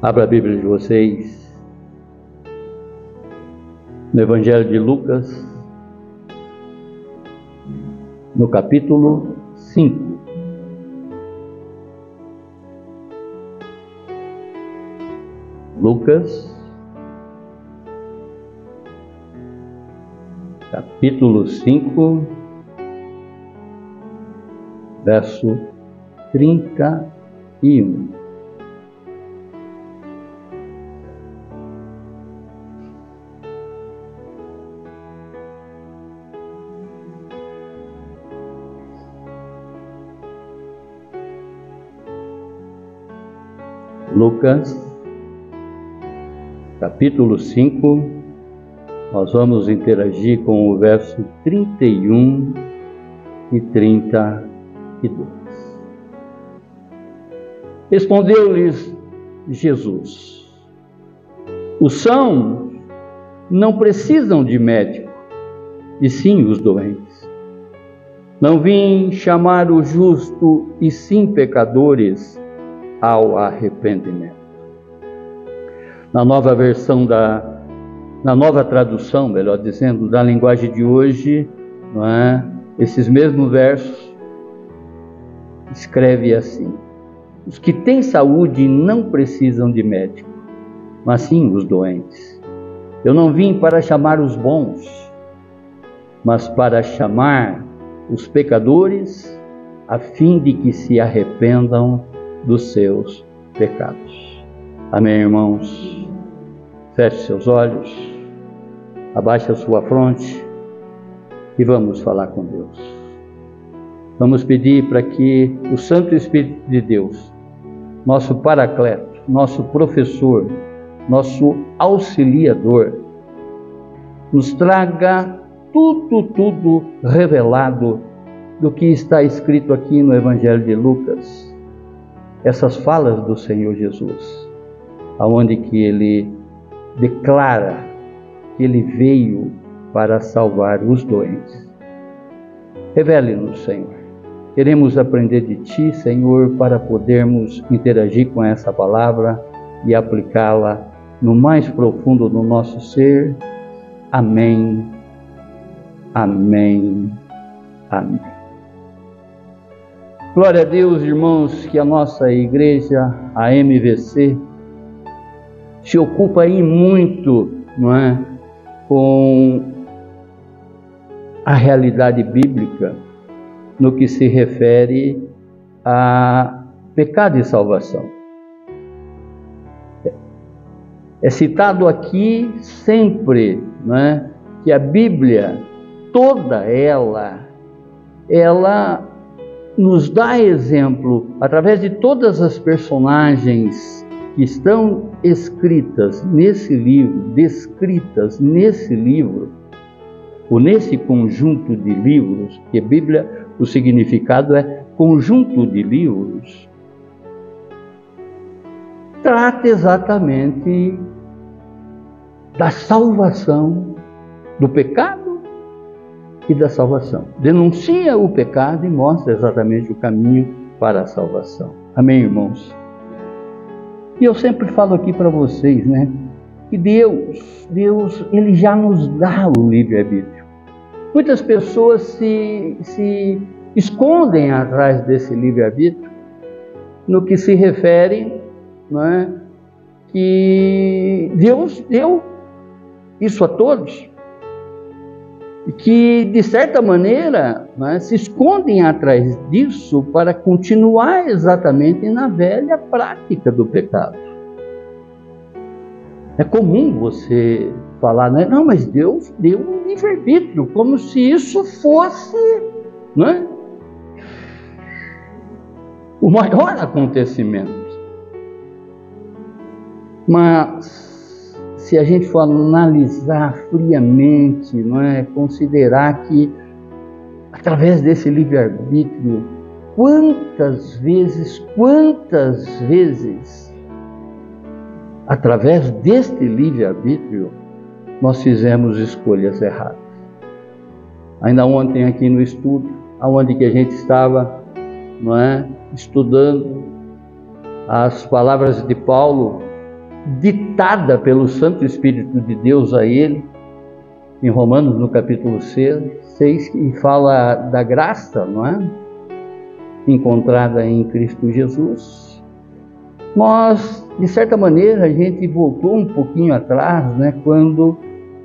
Abra a Bíblia de vocês no Evangelho de Lucas, no capítulo 5. Lucas, capítulo 5, verso 31. Lucas, capítulo 5, nós vamos interagir com o verso 31 e 32. Respondeu-lhes Jesus: os sãos não precisam de médico, e sim os doentes. Não vim chamar o justo, e sim pecadores ao arrependimento. Na nova versão na nova tradução, melhor dizendo, da linguagem de hoje, não é? Esses mesmos versos escreve assim: os que têm saúde não precisam de médico, mas sim os doentes. Eu não vim para chamar os bons, mas para chamar os pecadores, a fim de que se arrependam dos seus pecados. Amém, irmãos? Feche seus olhos, abaixe a sua fronte e vamos falar com Deus. Vamos pedir para que o Santo Espírito de Deus, nosso Paracleto, nosso professor, nosso auxiliador, nos traga tudo revelado do que está escrito aqui no Evangelho de Lucas. Essas falas do Senhor Jesus, aonde que Ele declara que Ele veio para salvar os doentes. Revele-nos, Senhor. Queremos aprender de Ti, Senhor, para podermos interagir com essa palavra e aplicá-la no mais profundo do nosso ser. Amém, amém, amém. Glória a Deus, irmãos, que a nossa igreja, a MVC, se ocupa aí muito, não é, com a realidade bíblica no que se refere a pecado e salvação. É citado aqui sempre, não é, que a Bíblia, toda ela nos dá exemplo, através de todas as personagens que estão escritas nesse livro, descritas nesse livro, ou nesse conjunto de livros, que a Bíblia, o significado é conjunto de livros, trata exatamente da salvação, do pecado e da salvação. Denuncia o pecado e mostra exatamente o caminho para a salvação. Amém, irmãos? E eu sempre falo aqui para vocês, né, que Deus, Ele já nos dá o livre-arbítrio. Muitas pessoas se escondem atrás desse livre-arbítrio no que se refere, não é, que Deus deu isso a todos, e que, de certa maneira, né, se escondem atrás disso para continuar exatamente na velha prática do pecado. É comum você falar, né, não, mas Deus deu um livre-arbítrio, como se isso fosse, né, o maior acontecimento. Mas se a gente for analisar friamente, não é, considerar que através desse livre-arbítrio, quantas vezes, através deste livre-arbítrio, nós fizemos escolhas erradas. Ainda ontem aqui no estudo, aonde que a gente estava, não é, estudando as palavras de Paulo ditada pelo Santo Espírito de Deus a ele, em Romanos, no capítulo 6, que fala da graça, não é? Encontrada em Cristo Jesus. Nós, de certa maneira, a gente voltou um pouquinho atrás, né? Quando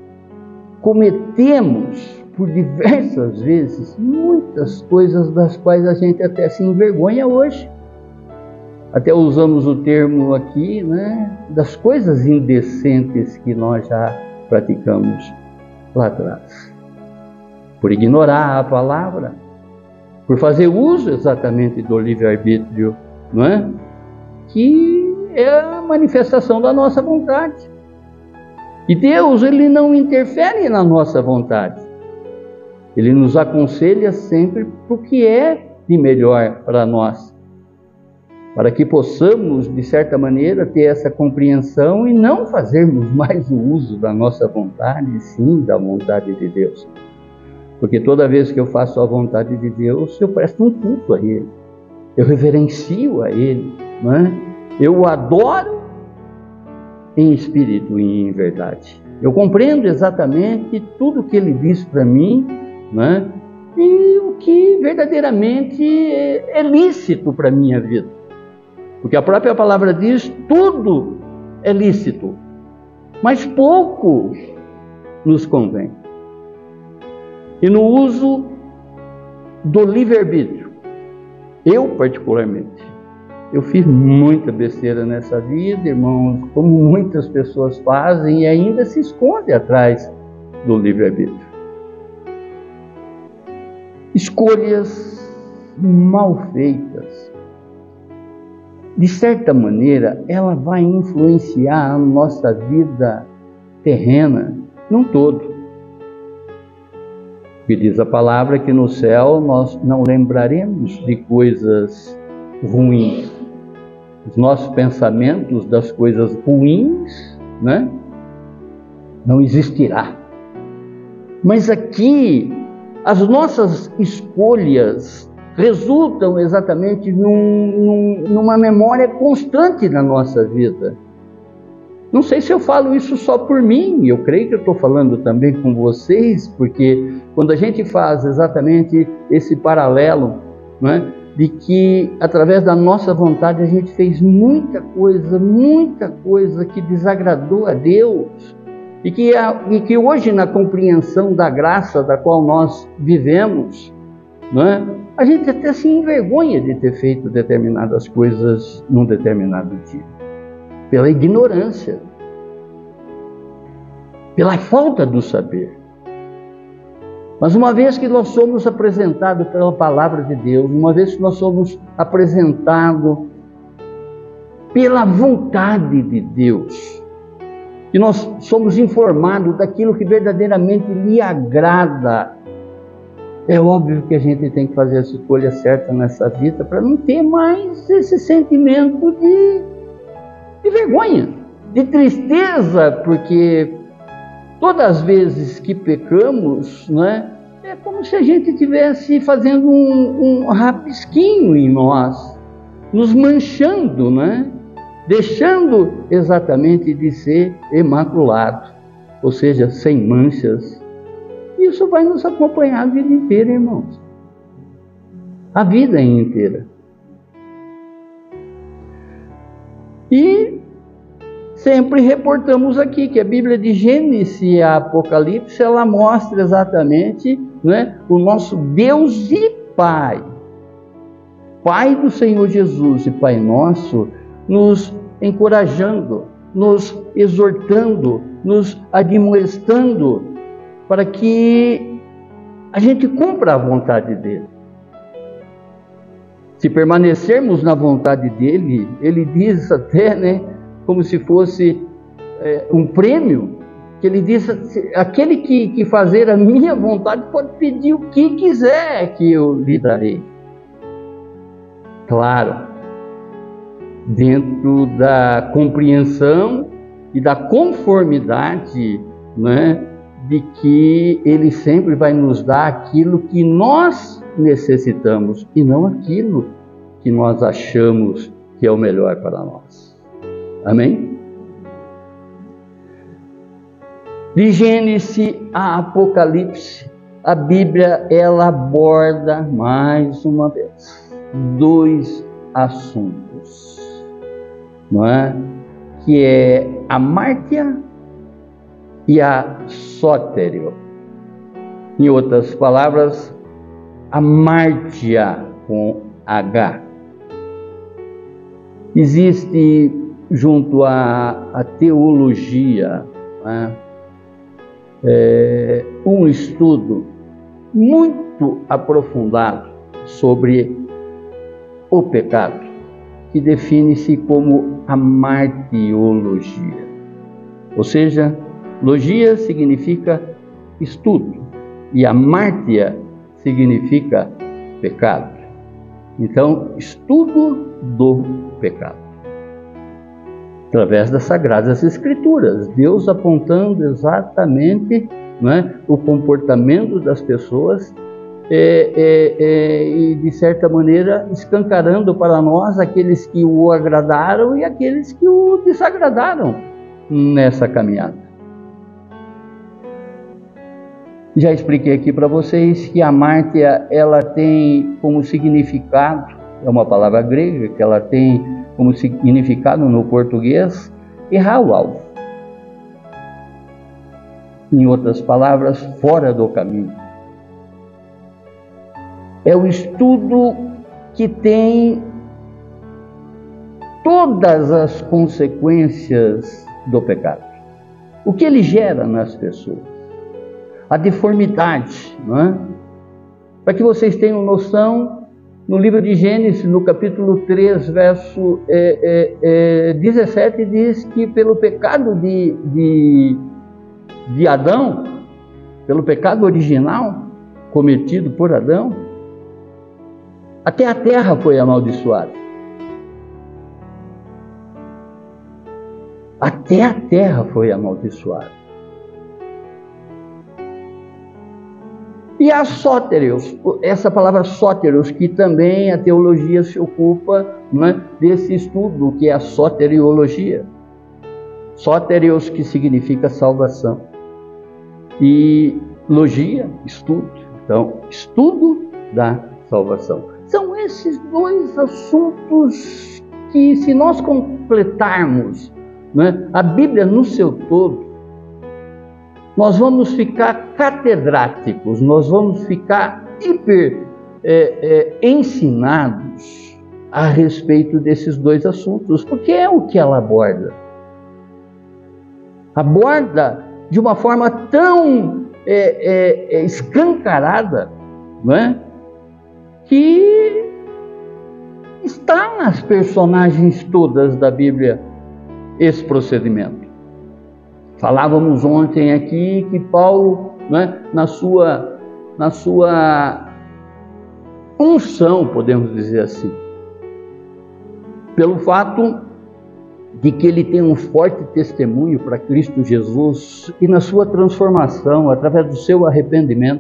cometemos, por diversas vezes, muitas coisas das quais a gente até se envergonha hoje. Até usamos o termo aqui, né? Das coisas indecentes que nós já praticamos lá atrás. Por ignorar a palavra, por fazer uso exatamente do livre-arbítrio, não é? Que é a manifestação da nossa vontade. E Deus, Ele não interfere na nossa vontade. Ele nos aconselha sempre para o que é de melhor para nós, para que possamos, de certa maneira, ter essa compreensão e não fazermos mais o uso da nossa vontade, sim, da vontade de Deus. Porque toda vez que eu faço a vontade de Deus, eu presto um culto a Ele, eu reverencio a Ele, não é? Eu o adoro em espírito e em verdade. Eu compreendo exatamente tudo o que Ele diz para mim, não é? E o que verdadeiramente é lícito para a minha vida. Porque a própria palavra diz, tudo é lícito, mas pouco nos convém. E no uso do livre-arbítrio, eu particularmente, eu fiz muita besteira nessa vida, irmãos, como muitas pessoas fazem e ainda se esconde atrás do livre-arbítrio. Escolhas mal feitas, de certa maneira, ela vai influenciar a nossa vida terrena num todo. Porque diz a palavra que no céu nós não lembraremos de coisas ruins. Os nossos pensamentos das coisas ruins, né, não existirá. Mas aqui, as nossas escolhas resultam exatamente numa memória constante na nossa vida. Não sei se eu falo isso só por mim, eu creio que eu estou falando também com vocês, porque quando a gente faz exatamente esse paralelo, não é, de que através da nossa vontade a gente fez muita coisa que desagradou a Deus, e que hoje, na compreensão da graça da qual nós vivemos, não é, a gente até se envergonha de ter feito determinadas coisas num determinado dia, pela ignorância, pela falta do saber. Mas uma vez que nós somos apresentados pela palavra de Deus, uma vez que nós somos apresentados pela vontade de Deus, que nós somos informados daquilo que verdadeiramente lhe agrada, é óbvio que a gente tem que fazer a escolha certa nessa vida para não ter mais esse sentimento de vergonha, de tristeza, porque todas as vezes que pecamos, né, é como se a gente estivesse fazendo um rabisquinho em nós, nos manchando, né, deixando exatamente de ser imaculado, ou seja, sem manchas. Isso vai nos acompanhar a vida inteira, irmãos. A vida inteira. E sempre reportamos aqui que a Bíblia de Gênesis e Apocalipse, ela mostra exatamente, né, o nosso Deus e Pai. Pai do Senhor Jesus e Pai nosso, nos encorajando, nos exortando, nos admoestando, para que a gente cumpra a vontade dele. Se permanecermos na vontade dele, ele diz até, né, como se fosse um prêmio, que ele diz, aquele que fazer a minha vontade pode pedir o que quiser que eu lhe darei. Claro, dentro da compreensão e da conformidade, né, de que ele sempre vai nos dar aquilo que nós necessitamos e não aquilo que nós achamos que é o melhor para nós. Amém? De Gênesis a Apocalipse, a Bíblia ela aborda mais uma vez dois assuntos, não é? Que é a Mártia e a Sóterio. Em outras palavras, a Mártia com H. Existe junto à teologia, né, um estudo muito aprofundado sobre o pecado, que define-se como a martiologia. Ou seja, logia significa estudo e a mártia significa pecado. Então, estudo do pecado. Através das Sagradas Escrituras, Deus apontando exatamente, né, o comportamento das pessoas e, de certa maneira, escancarando para nós aqueles que o agradaram e aqueles que o desagradaram nessa caminhada. Já expliquei aqui para vocês que a mártia, ela tem como significado, é uma palavra grega, que ela tem como significado no português, errar o alvo. Em outras palavras, fora do caminho. É o estudo que tem todas as consequências do pecado. O que ele gera nas pessoas. A deformidade, não é? Para que vocês tenham noção, no livro de Gênesis, no capítulo 3, verso 17, diz que pelo pecado de Adão, pelo pecado original cometido por Adão, até a terra foi amaldiçoada. Até a terra foi amaldiçoada. E a sóterios, essa palavra sóterios, que também a teologia se ocupa, né, desse estudo, que é a soteriologia. Sóterios, que significa salvação. E logia, estudo. Então, estudo da salvação. São esses dois assuntos que, se nós completarmos, né, a Bíblia no seu todo, nós vamos ficar catedráticos, nós vamos ficar ensinados a respeito desses dois assuntos, porque é o que ela aborda. Aborda de uma forma tão escancarada, não é? Que está nas personagens todas da Bíblia esse procedimento. Falávamos ontem aqui que Paulo, né, na sua unção, podemos dizer assim, pelo fato de que ele tem um forte testemunho para Cristo Jesus e na sua transformação, através do seu arrependimento,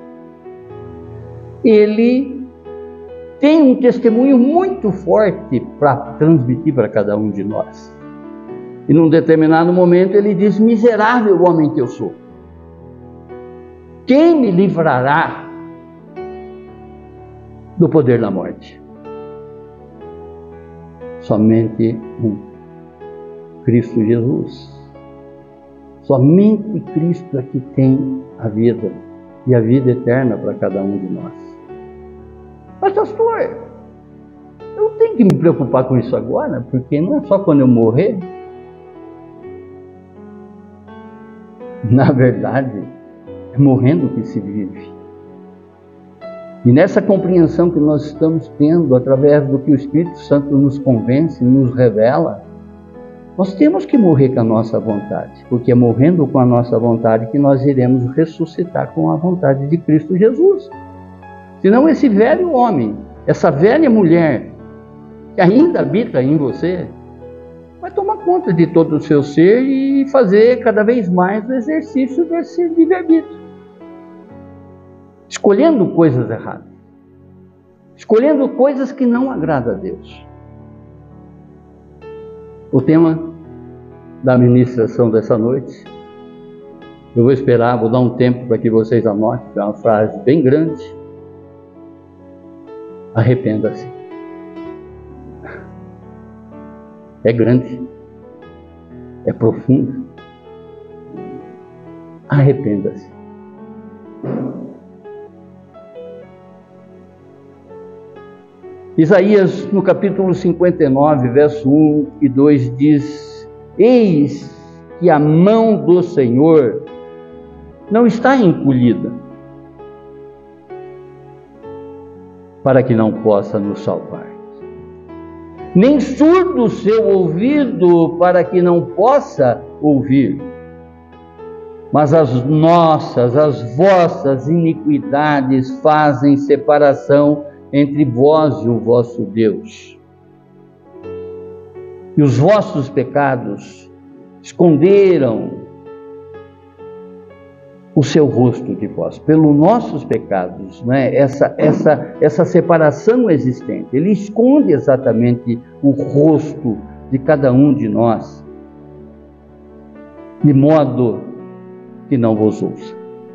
ele tem um testemunho muito forte para transmitir para cada um de nós. E num determinado momento ele diz: miserável homem que eu sou, quem me livrará do poder da morte? Somente Cristo Jesus. Somente Cristo é que tem a vida, e a vida eterna para cada um de nós. Mas pastor, eu não tenho que me preocupar com isso agora, porque não é só quando eu morrer. Na verdade, é morrendo que se vive. E nessa compreensão que nós estamos tendo, através do que o Espírito Santo nos convence, nos revela, nós temos que morrer com a nossa vontade, porque é morrendo com a nossa vontade que nós iremos ressuscitar com a vontade de Cristo Jesus. Senão esse velho homem, essa velha mulher, que ainda habita em você, vai tomar conta de todo o seu ser e fazer cada vez mais o exercício desse livre-arbítrio. Escolhendo coisas erradas. Escolhendo coisas que não agradam a Deus. O tema da ministração dessa noite Eu vou esperar, vou dar um tempo para que vocês anotem, é uma frase bem grande. Arrependa-se. É grande, é profundo. Arrependa-se. Isaías, no capítulo 59, verso 1 e 2, diz: Eis que a mão do Senhor não está encolhida, para que não possa nos salvar, nem surdo o seu ouvido, para que não possa ouvir. Mas as vossas iniquidades fazem separação entre vós e o vosso Deus. E os vossos pecados esconderam o seu rosto de vós. Pelos nossos pecados, né? Essa separação existente, ele esconde exatamente o rosto de cada um de nós, de modo que não vos ouça.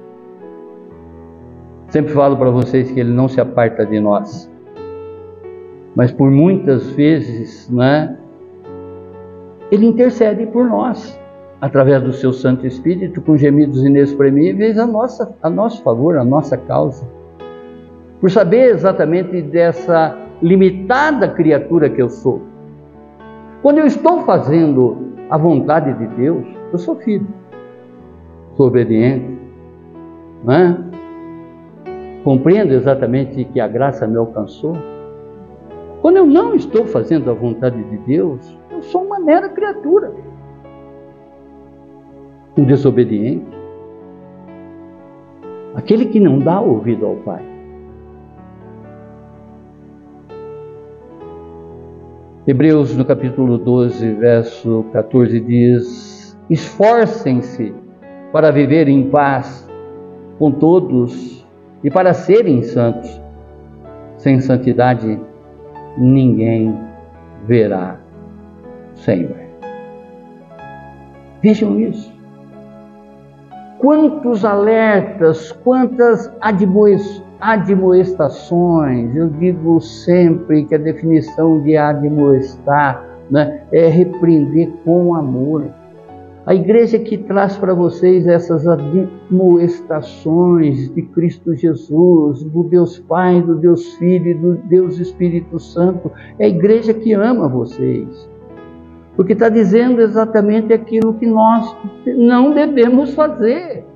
Sempre falo para vocês que ele não se aparta de nós, mas por muitas vezes, né, ele intercede por nós, através do seu Santo Espírito, com gemidos inexprimíveis, a nosso favor, a nossa causa. Por saber exatamente dessa limitada criatura que eu sou. Quando eu estou fazendo a vontade de Deus, eu sou filho, sou obediente, né? Compreendo exatamente que a graça me alcançou. Quando eu não estou fazendo a vontade de Deus, eu sou uma mera criatura, um desobediente, aquele que não dá ouvido ao Pai. Hebreus, no capítulo 12, verso 14, diz: Esforcem-se para viver em paz com todos e para serem santos. Sem santidade ninguém verá o Senhor. Vejam isso. Quantos alertas, quantas admoestações. Eu digo sempre que a definição de admoestar, né, é repreender com amor. A igreja que traz para vocês essas admoestações de Cristo Jesus, do Deus Pai, do Deus Filho e do Deus Espírito Santo, é a igreja que ama vocês. Porque está dizendo exatamente aquilo que nós não devemos fazer.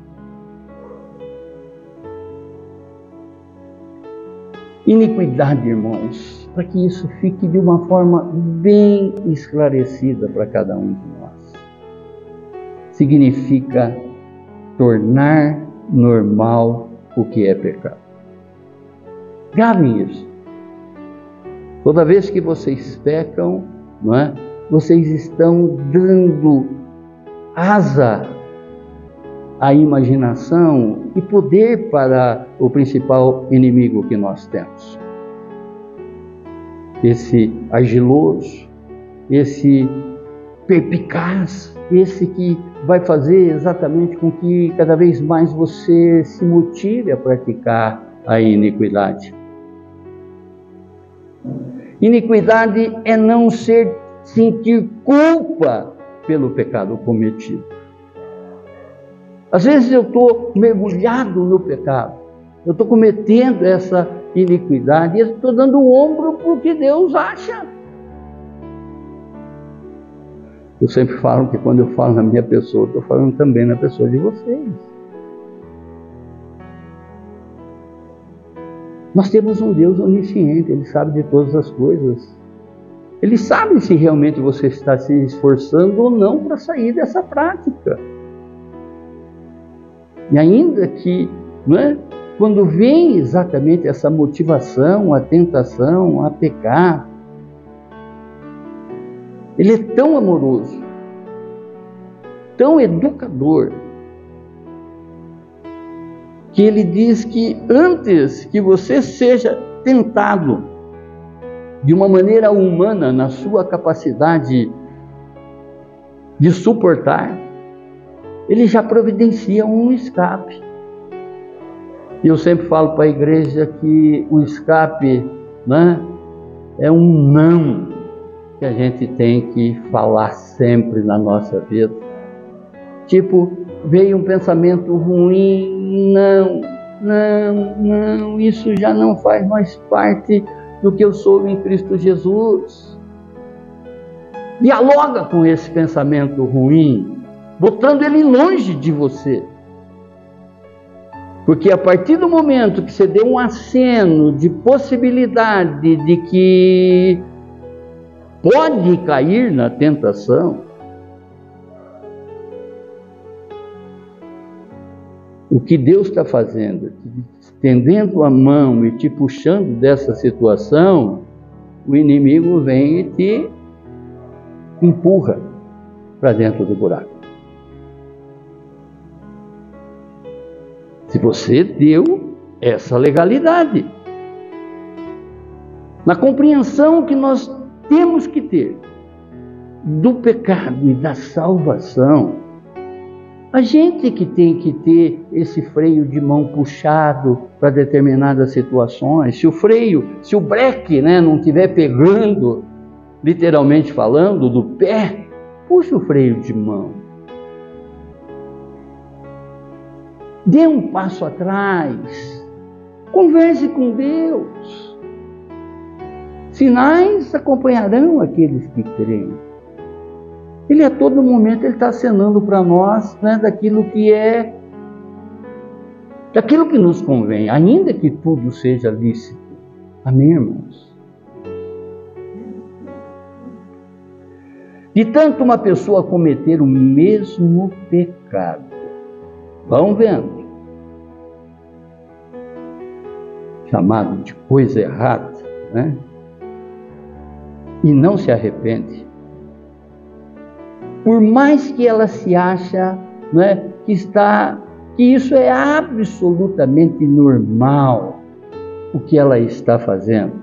Iniquidade, irmãos, para que isso fique de uma forma bem esclarecida para cada um de nós. Significa tornar normal o que é pecado. Gravem isso. Toda vez que vocês pecam, não é? Vocês estão dando asa à imaginação e poder para o principal inimigo que nós temos. Esse argiloso, esse perpicaz, esse que vai fazer exatamente com que cada vez mais você se motive a praticar a iniquidade. Iniquidade é não sentir culpa pelo pecado cometido. Às vezes eu estou mergulhado no pecado, eu estou cometendo essa iniquidade e eu estou dando o ombro para o que Deus acha. Eu sempre falo que quando eu falo na minha pessoa, estou falando também na pessoa de vocês. Nós temos um Deus onisciente, Ele sabe de todas as coisas. Ele sabe se realmente você está se esforçando ou não para sair dessa prática. E ainda que, não é, quando vem exatamente essa motivação, a tentação, a pecar, Ele é tão amoroso, tão educador, que Ele diz que antes que você seja tentado de uma maneira humana, na sua capacidade de suportar, Ele já providencia um escape. E eu sempre falo para a igreja que o escape, né, é um não que a gente tem que falar sempre na nossa vida. Tipo, veio um pensamento ruim, não, isso já não faz mais parte do que eu sou em Cristo Jesus. Dialoga com esse pensamento ruim, botando ele longe de você. Porque a partir do momento que você deu um aceno de possibilidade de que pode cair na tentação, o que Deus está fazendo, estendendo a mão e te puxando dessa situação, o inimigo vem e te empurra para dentro do buraco. Se você deu essa legalidade, na compreensão que nós temos que ter do pecado e da salvação, a gente que tem que ter esse freio de mão puxado para determinadas situações. Se o breque, né, não estiver pegando, literalmente falando, do pé, puxa o freio de mão. Dê um passo atrás. Converse com Deus. Sinais acompanharão aqueles que creem. Ele a todo momento está acenando para nós, né, daquilo que nos convém, ainda que tudo seja lícito. Amém, irmãos? De tanto uma pessoa cometer o mesmo pecado, vão vendo, chamado de coisa errada, né? E não se arrepende, por mais que ela se acha, né, que isso é absolutamente normal, o que ela está fazendo.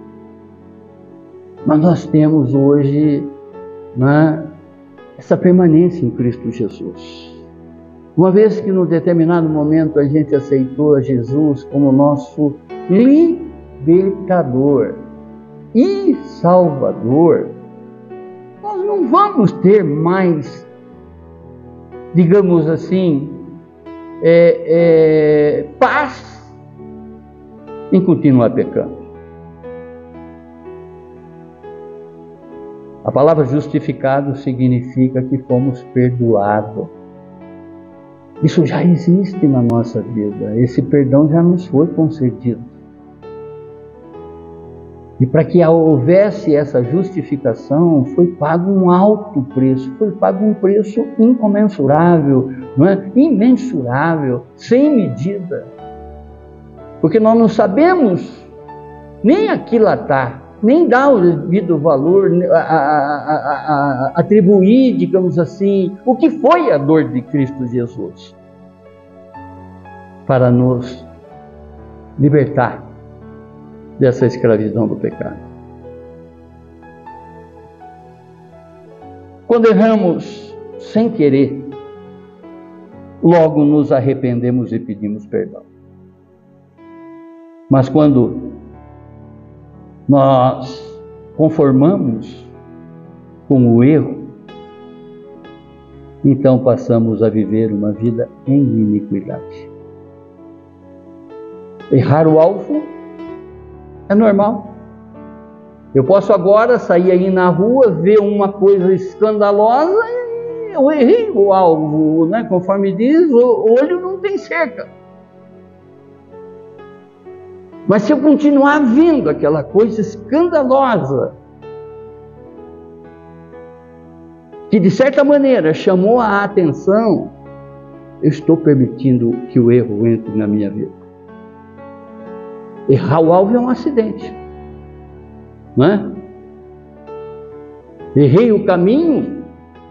Mas nós temos hoje, né, essa permanência em Cristo Jesus. Uma vez que num determinado momento a gente aceitou a Jesus como nosso libertador e salvador, nós não vamos ter mais, digamos assim, paz em continuar pecando. A palavra justificado significa que fomos perdoados. Isso já existe na nossa vida. Esse perdão já nos foi concedido. E para que houvesse essa justificação, foi pago um alto preço, foi pago um preço incomensurável, não é? Imensurável, sem medida. Porque nós não sabemos nem aquilatar, nem dar o devido valor, atribuir, digamos assim, o que foi a dor de Cristo Jesus para nos libertar dessa escravidão do pecado. Quando erramos sem querer, logo nos arrependemos e pedimos perdão. Mas quando nós conformamos com o erro, então passamos a viver uma vida em iniquidade. Errar o alvo é normal. Eu posso agora sair aí na rua, ver uma coisa escandalosa e eu errei o alvo, né? Conforme diz, o olho não tem cerca. Mas se eu continuar vendo aquela coisa escandalosa, que de certa maneira chamou a atenção, eu estou permitindo que o erro entre na minha vida. Errar o alvo é um acidente, não é? Errei o caminho.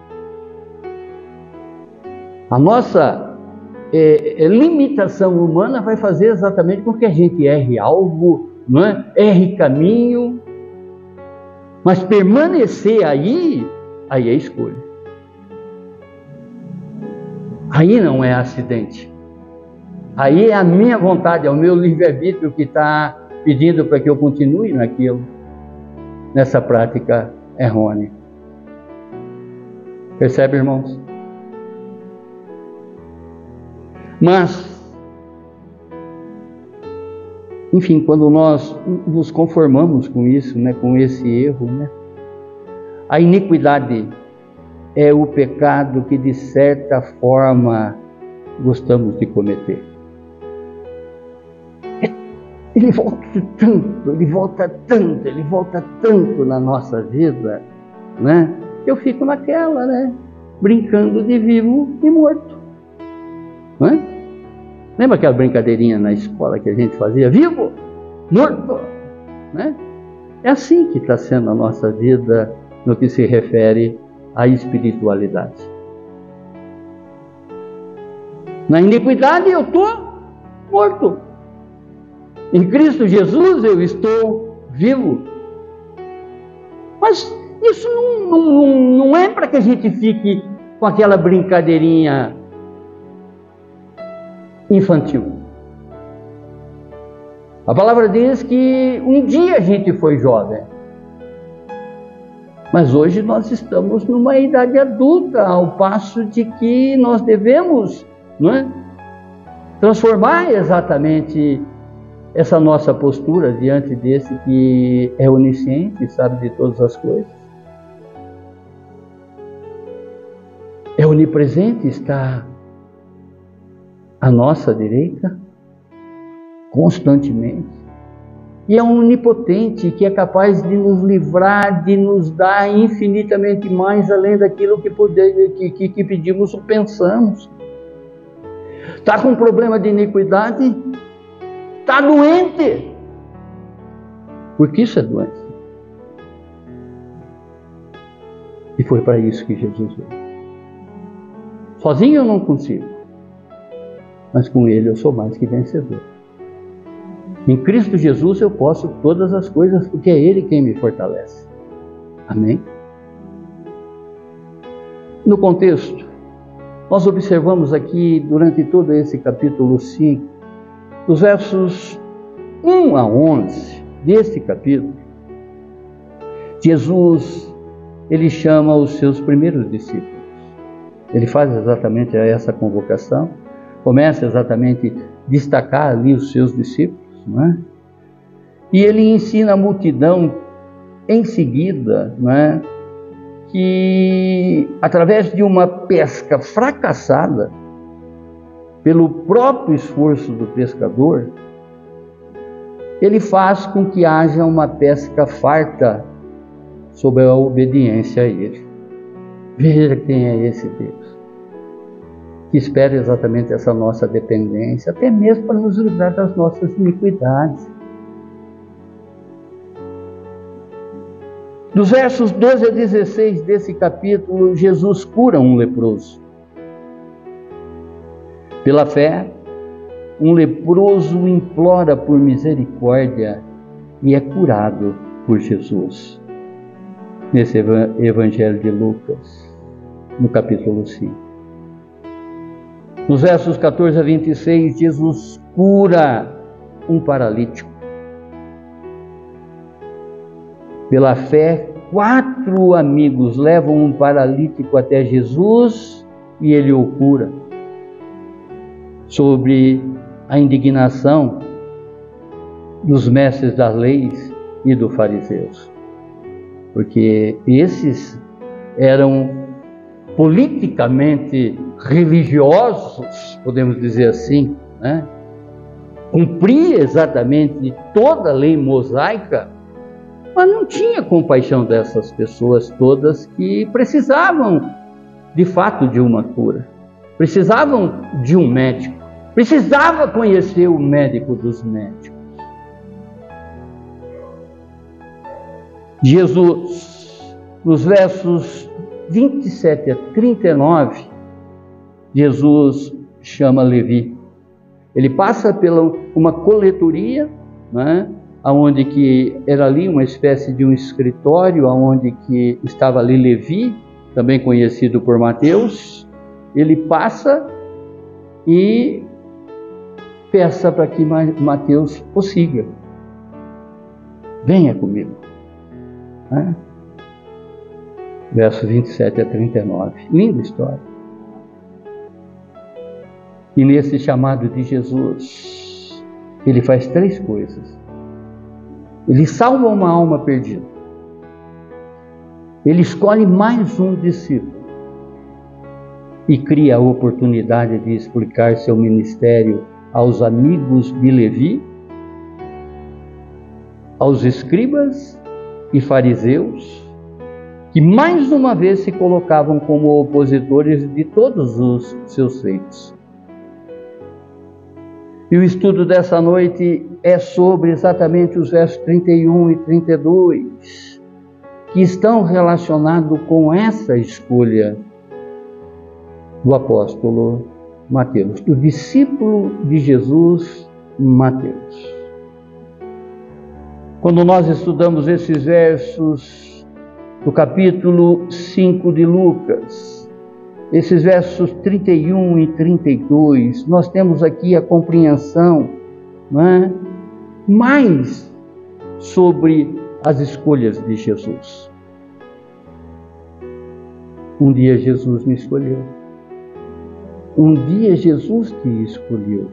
A nossa limitação humana vai fazer exatamente com que a gente erre alvo, não é? Erre caminho, mas permanecer aí é escolha. Aí não é acidente. Aí é a minha vontade, é o meu livre-arbítrio que está pedindo para que eu continue naquilo, nessa prática errônea. Percebe, irmãos? Mas, enfim, quando nós nos conformamos com isso, né, com esse erro, né, a iniquidade é o pecado que de certa forma gostamos de cometer. Ele volta tanto na nossa vida, né? Eu fico naquela, né? Brincando de vivo e morto, né? Lembra aquela brincadeirinha na escola que a gente fazia? Vivo, morto, né? É assim que está sendo a nossa vida no que se refere à espiritualidade. Na iniquidade eu estou morto. Em Cristo Jesus eu estou vivo. Mas isso não é para que a gente fique com aquela brincadeirinha infantil. A palavra diz que um dia a gente foi jovem, mas hoje nós estamos numa idade adulta, ao passo de que nós devemos, não é, transformar exatamente essa nossa postura diante desse que é onisciente, sabe de todas as coisas. É onipresente, está à nossa direita, constantemente. E é um onipotente que é capaz de nos livrar, de nos dar infinitamente mais além daquilo que pedimos ou pensamos. Está com um problema de iniquidade? Está doente, porque isso é doença. E foi para isso que Jesus veio. Sozinho eu não consigo, mas com Ele eu sou mais que vencedor. Em Cristo Jesus eu posso todas as coisas, porque é Ele quem me fortalece. Amém? No contexto, nós observamos aqui durante todo esse capítulo 5, dos versos 1 a 11 deste capítulo, Jesus, ele chama os seus primeiros discípulos. Ele faz exatamente essa convocação, começa exatamente a destacar ali os seus discípulos, não é? E ele ensina a multidão em seguida, não é, que através de uma pesca fracassada, pelo próprio esforço do pescador, ele faz com que haja uma pesca farta sob a obediência a Ele. Veja quem é esse Deus, que espera exatamente essa nossa dependência, até mesmo para nos livrar das nossas iniquidades. Dos versos 12 a 16 desse capítulo, Jesus cura um leproso. Pela fé, um leproso implora por misericórdia e é curado por Jesus. Nesse Evangelho de Lucas, no capítulo 5. Nos versos 14 a 26, Jesus cura um paralítico. Pela fé, 4 amigos levam um paralítico até Jesus e ele o cura. Sobre a indignação dos mestres das leis e dos fariseus, porque esses eram politicamente religiosos, podemos dizer assim, né? Cumpria exatamente toda a lei mosaica, mas não tinha compaixão dessas pessoas todas que precisavam de fato de uma cura, precisavam de um médico, precisava conhecer o médico dos médicos. Jesus, nos versos 27 a 39, Jesus chama Levi. Ele passa pela uma coletoria, né, onde que era ali uma espécie de um escritório, onde que estava ali Levi, também conhecido por Mateus. Ele passa e peça para que Mateus prossiga. Venha comigo. Versos 27 a 39. Linda história. E nesse chamado de Jesus, ele faz 3 coisas. Ele salva uma alma perdida. Ele escolhe mais um discípulo e cria a oportunidade de explicar seu ministério aos amigos de Levi, aos escribas e fariseus, que mais uma vez se colocavam como opositores de todos os seus feitos. E o estudo dessa noite é sobre exatamente os versos 31 e 32, que estão relacionados com essa escolha do apóstolo Mateus, do discípulo de Jesus, Mateus. Quando nós estudamos esses versos do capítulo 5 de Lucas, esses versos 31 e 32, nós temos aqui a compreensão, mais sobre as escolhas de Jesus. Um dia Jesus me escolheu. Um dia Jesus te escolheu.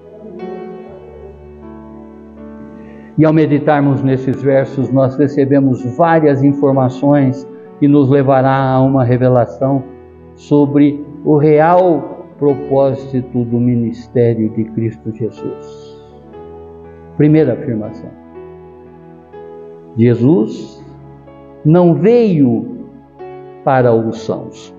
E ao meditarmos nesses versos, nós recebemos várias informações que nos levará a uma revelação sobre o real propósito do ministério de Cristo Jesus. Primeira afirmação: Jesus não veio para os sãos.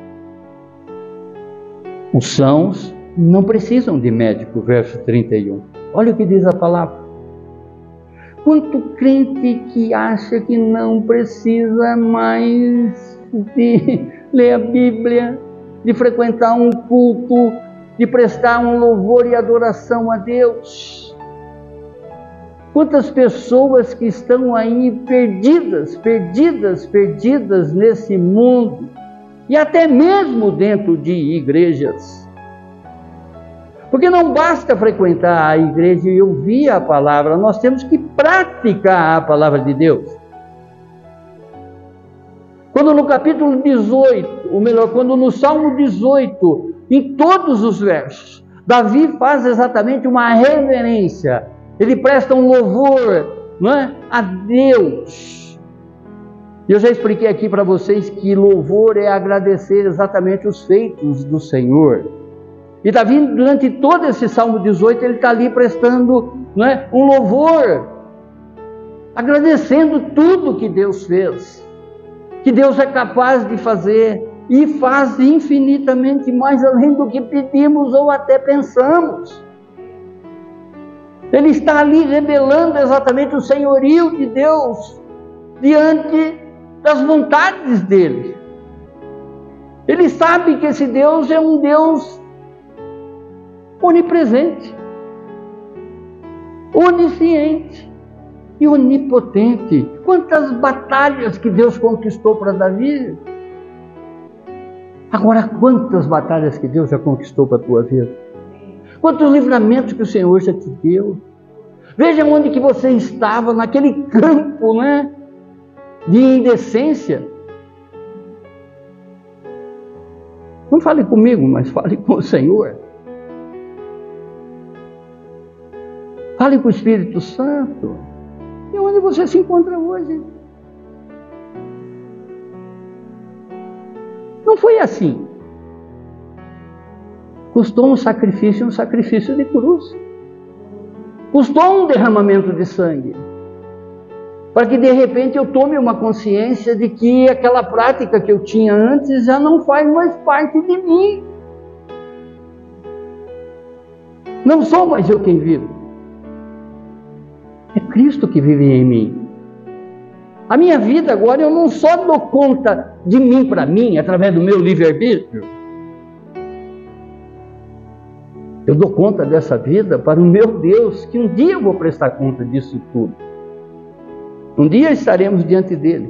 Os sãos não precisam de médico, verso 31. Olha o que diz a palavra. Quanto crente que acha que não precisa mais de ler a Bíblia, de frequentar um culto, de prestar um louvor e adoração a Deus. Quantas pessoas que estão aí perdidas nesse mundo, e até mesmo dentro de igrejas. Porque não basta frequentar a igreja e ouvir a palavra, nós temos que praticar a palavra de Deus. Quando no capítulo 18, ou melhor, quando no Salmo 18, em todos os versos, Davi faz exatamente uma reverência, ele presta um louvor, a Deus. Eu já expliquei aqui para vocês que louvor é agradecer exatamente os feitos do Senhor. E Davi, durante todo esse Salmo 18, ele está ali prestando um louvor, agradecendo tudo que Deus fez, que Deus é capaz de fazer e faz infinitamente mais além do que pedimos ou até pensamos. Ele está ali revelando exatamente o senhorio de Deus diante das vontades dele. Ele sabe que esse Deus é um Deus onipresente, onisciente e onipotente. Quantas batalhas que Deus conquistou para Davi. Agora, quantas batalhas que Deus já conquistou para a tua vida? Quantos livramentos que o Senhor já te deu? Veja onde que você estava, naquele campo, de indecência. Não fale comigo, mas fale com o Senhor. Fale com o Espírito Santo. E onde você se encontra hoje? Não foi assim. Custou um sacrifício de cruz. Custou um derramamento de sangue. Para que de repente eu tome uma consciência de que aquela prática que eu tinha antes já não faz mais parte de mim. Não sou mais eu quem vivo. É Cristo que vive em mim. A minha vida agora eu não só dou conta de mim para mim, através do meu livre-arbítrio. Eu dou conta dessa vida para o meu Deus, que um dia eu vou prestar conta disso tudo. Um dia estaremos diante dele.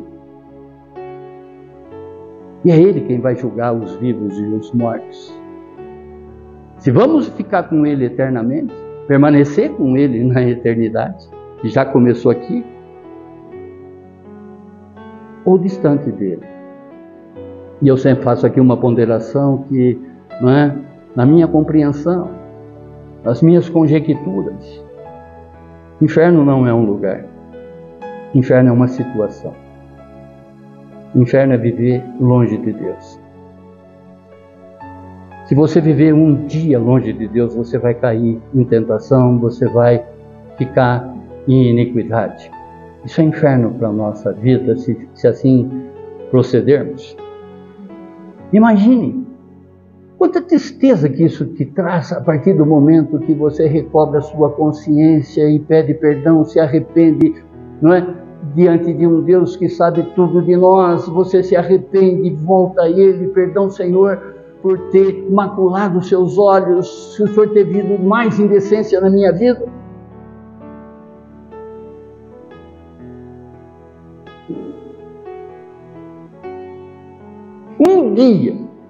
E é ele quem vai julgar os vivos e os mortos. Se vamos ficar com Ele eternamente, permanecer com Ele na eternidade, que já começou aqui, ou distante dele. E eu sempre faço aqui uma ponderação que, não é, na minha compreensão, nas minhas conjecturas, inferno não é um lugar. Inferno é uma situação. Inferno é viver longe de Deus. Se você viver um dia longe de Deus, você vai cair em tentação, você vai ficar em iniquidade. Isso é inferno para a nossa vida, se assim procedermos. Imagine quanta tristeza que isso te traz a partir do momento que você recobra a sua consciência e pede perdão, se arrepende, não é? Diante de um Deus que sabe tudo de nós, você se arrepende, volta a Ele, perdão, Senhor, por ter maculado os seus olhos, se o Senhor ter vindo mais indecência na minha vida. Um dia,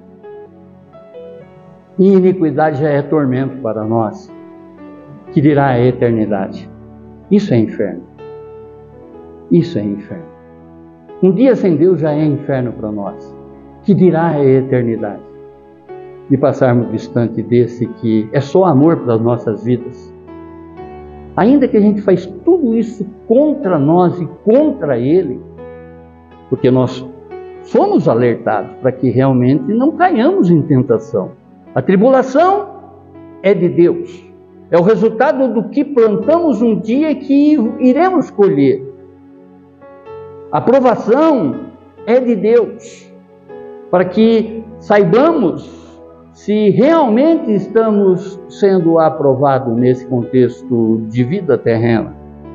e iniquidade já é tormento para nós, que dirá a eternidade. Isso é inferno. Isso é inferno. Um dia sem Deus já é inferno para nós, que dirá a eternidade. De passarmos distante desse que é só amor para as nossas vidas. Ainda que a gente faz tudo isso contra nós e contra Ele, porque nós fomos alertados para que realmente não caiamos em tentação. A tribulação é de Deus. É o resultado do que plantamos um dia que iremos colher. A provação é de Deus, para que saibamos se realmente estamos sendo aprovados nesse contexto de vida terrena,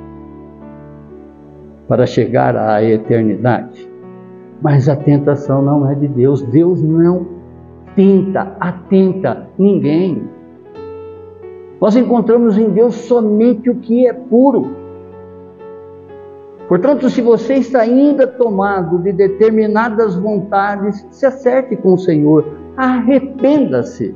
para chegar à eternidade. Mas a tentação não é de Deus. Deus não atenta ninguém. Nós encontramos em Deus somente o que é puro. Portanto, se você está ainda tomado de determinadas vontades, se acerte com o Senhor, arrependa-se.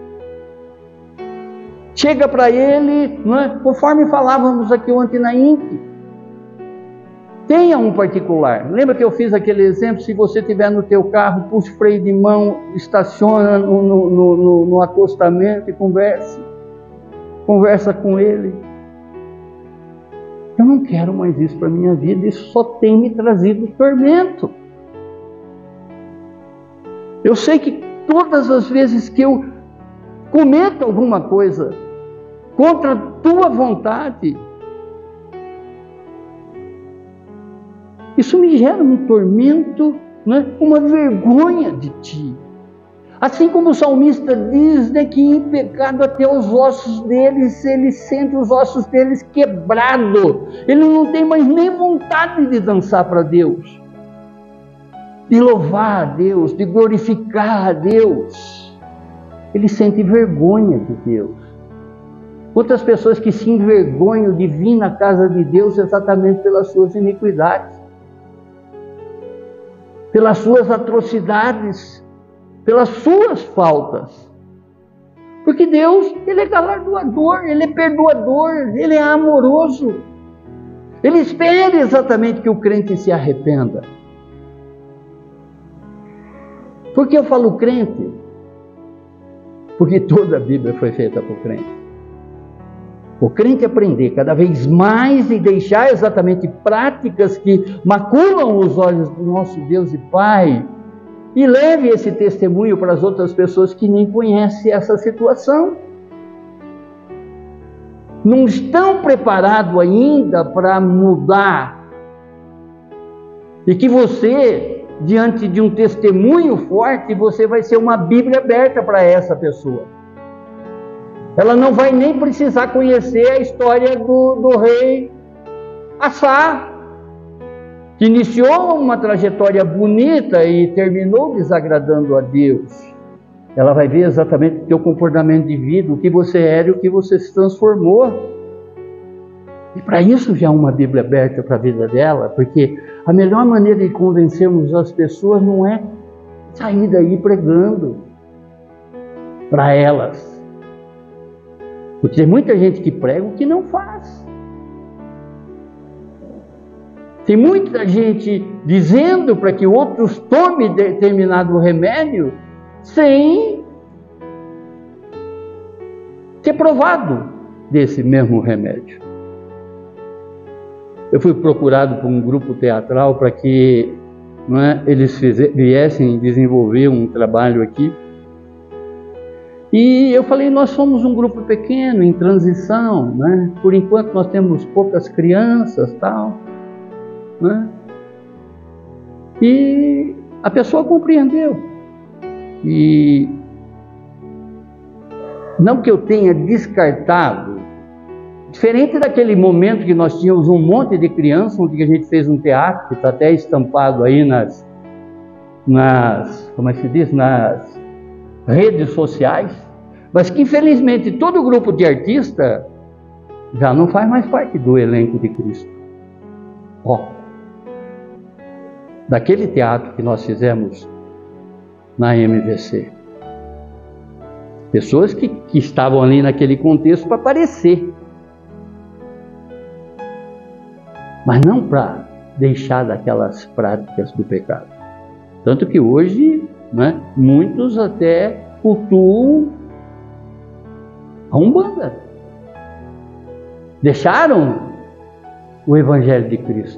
Chega para Ele, não é? Conforme falávamos aqui ontem na INC, tenha um particular. Lembra que eu fiz aquele exemplo? Se você estiver no teu carro, puxa o freio de mão, estaciona no acostamento e converse. Conversa com Ele. Eu não quero mais isso para a minha vida, isso só tem me trazido tormento. Eu sei que todas as vezes que eu cometo alguma coisa contra a tua vontade, isso me gera um tormento, né? Uma vergonha de ti. Assim como o salmista diz, né, que em pecado até os ossos deles, ele sente os ossos deles quebrados. Ele não tem mais nem vontade de dançar para Deus, de louvar a Deus, de glorificar a Deus. Ele sente vergonha de Deus. Outras pessoas que se envergonham de vir na casa de Deus exatamente pelas suas iniquidades, pelas suas atrocidades, pelas suas faltas. Porque Deus, Ele é galardoador, Ele é perdoador, Ele é amoroso. Ele espera exatamente que o crente se arrependa. Por que eu falo crente? Porque toda a Bíblia foi feita para o crente. O crente aprender cada vez mais e deixar exatamente práticas que maculam os olhos do nosso Deus e Pai, e leve esse testemunho para as outras pessoas que nem conhecem essa situação. Não estão preparados ainda para mudar. E que você, diante de um testemunho forte, você vai ser uma Bíblia aberta para essa pessoa. Ela não vai nem precisar conhecer a história do rei Assá, que iniciou uma trajetória bonita e terminou desagradando a Deus. Ela vai ver exatamente o teu comportamento de vida, o que você era e o que você se transformou. E para isso já é uma Bíblia aberta para a vida dela, porque a melhor maneira de convencermos as pessoas não é sair daí pregando para elas Porque tem muita gente que prega o que não faz. Tem muita gente dizendo para que outros tomem determinado remédio sem ter provado desse mesmo remédio. Eu fui procurado por um grupo teatral para que eles viessem desenvolver um trabalho aqui. E eu falei, nós somos um grupo pequeno, em transição, por enquanto nós temos poucas crianças, tal. E a pessoa compreendeu. E não que eu tenha descartado, diferente daquele momento que nós tínhamos um monte de crianças, onde a gente fez um teatro, que está até estampado aí nas como é que se diz, nas redes sociais, mas que infelizmente todo o grupo de artistas já não faz mais parte do elenco de Cristo. Daquele teatro que nós fizemos na MVC. Pessoas que estavam ali naquele contexto para aparecer. Mas não para deixar daquelas práticas do pecado. Tanto que hoje, muitos até cultuam a Umbanda. Deixaram o Evangelho de Cristo.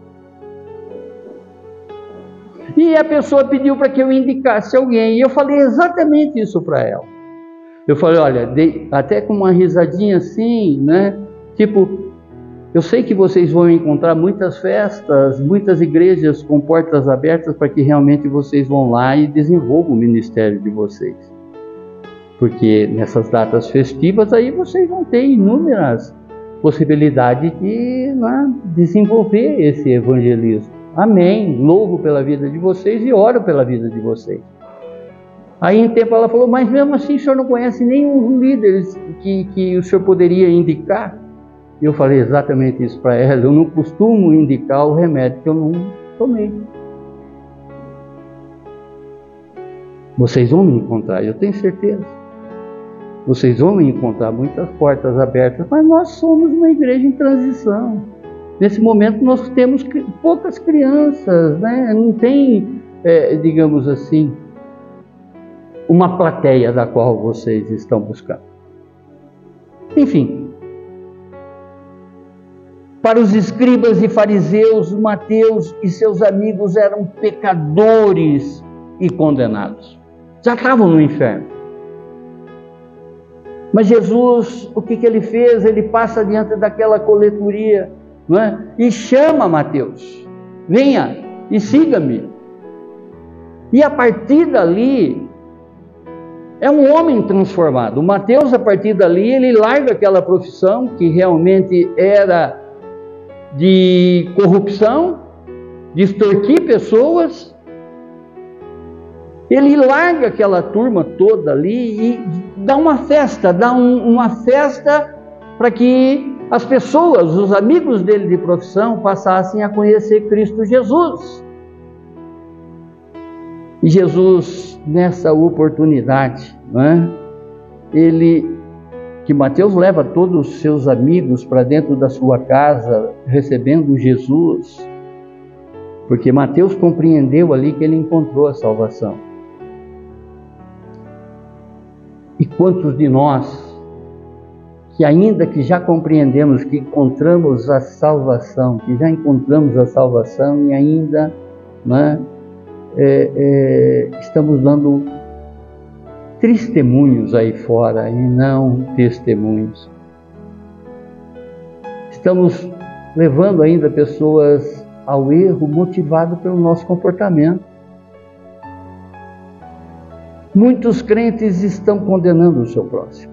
E a pessoa pediu para que eu indicasse alguém. E eu falei exatamente isso para ela. Eu falei, olha, até com uma risadinha assim, tipo, eu sei que vocês vão encontrar muitas festas, muitas igrejas com portas abertas para que realmente vocês vão lá e desenvolvam o ministério de vocês. Porque nessas datas festivas aí vocês vão ter inúmeras possibilidades de desenvolver esse evangelismo. Amém. Louvo pela vida de vocês e oro pela vida de vocês. Aí em tempo ela falou, mas mesmo assim o senhor não conhece nenhum líder que o senhor poderia indicar? E eu falei exatamente isso para ela. Eu não costumo indicar o remédio que eu não tomei. Vocês vão me encontrar, eu tenho certeza. Vocês vão me encontrar muitas portas abertas, mas nós somos uma igreja em transição. Nesse momento nós temos poucas crianças, não tem, digamos assim, uma plateia da qual vocês estão buscando. Enfim, para os escribas e fariseus, Mateus e seus amigos eram pecadores e condenados. Já estavam no inferno. Mas Jesus, o que ele fez? Ele passa diante daquela coletoria, e chama Mateus, venha e siga-me. E a partir dali, é um homem transformado. O Mateus, a partir dali, ele larga aquela profissão que realmente era de corrupção, de extorquir pessoas. Ele larga aquela turma toda ali e dá uma festa, uma festa para que as pessoas, os amigos dele de profissão, passassem a conhecer Cristo Jesus. E Jesus, nessa oportunidade, que Mateus leva todos os seus amigos para dentro da sua casa, recebendo Jesus, porque Mateus compreendeu ali que ele encontrou a salvação. E quantos de nós, que ainda que já compreendemos que encontramos a salvação, que já encontramos a salvação e ainda estamos dando testemunhos aí fora e não testemunhos. Estamos levando ainda pessoas ao erro motivado pelo nosso comportamento. Muitos crentes estão condenando o seu próximo.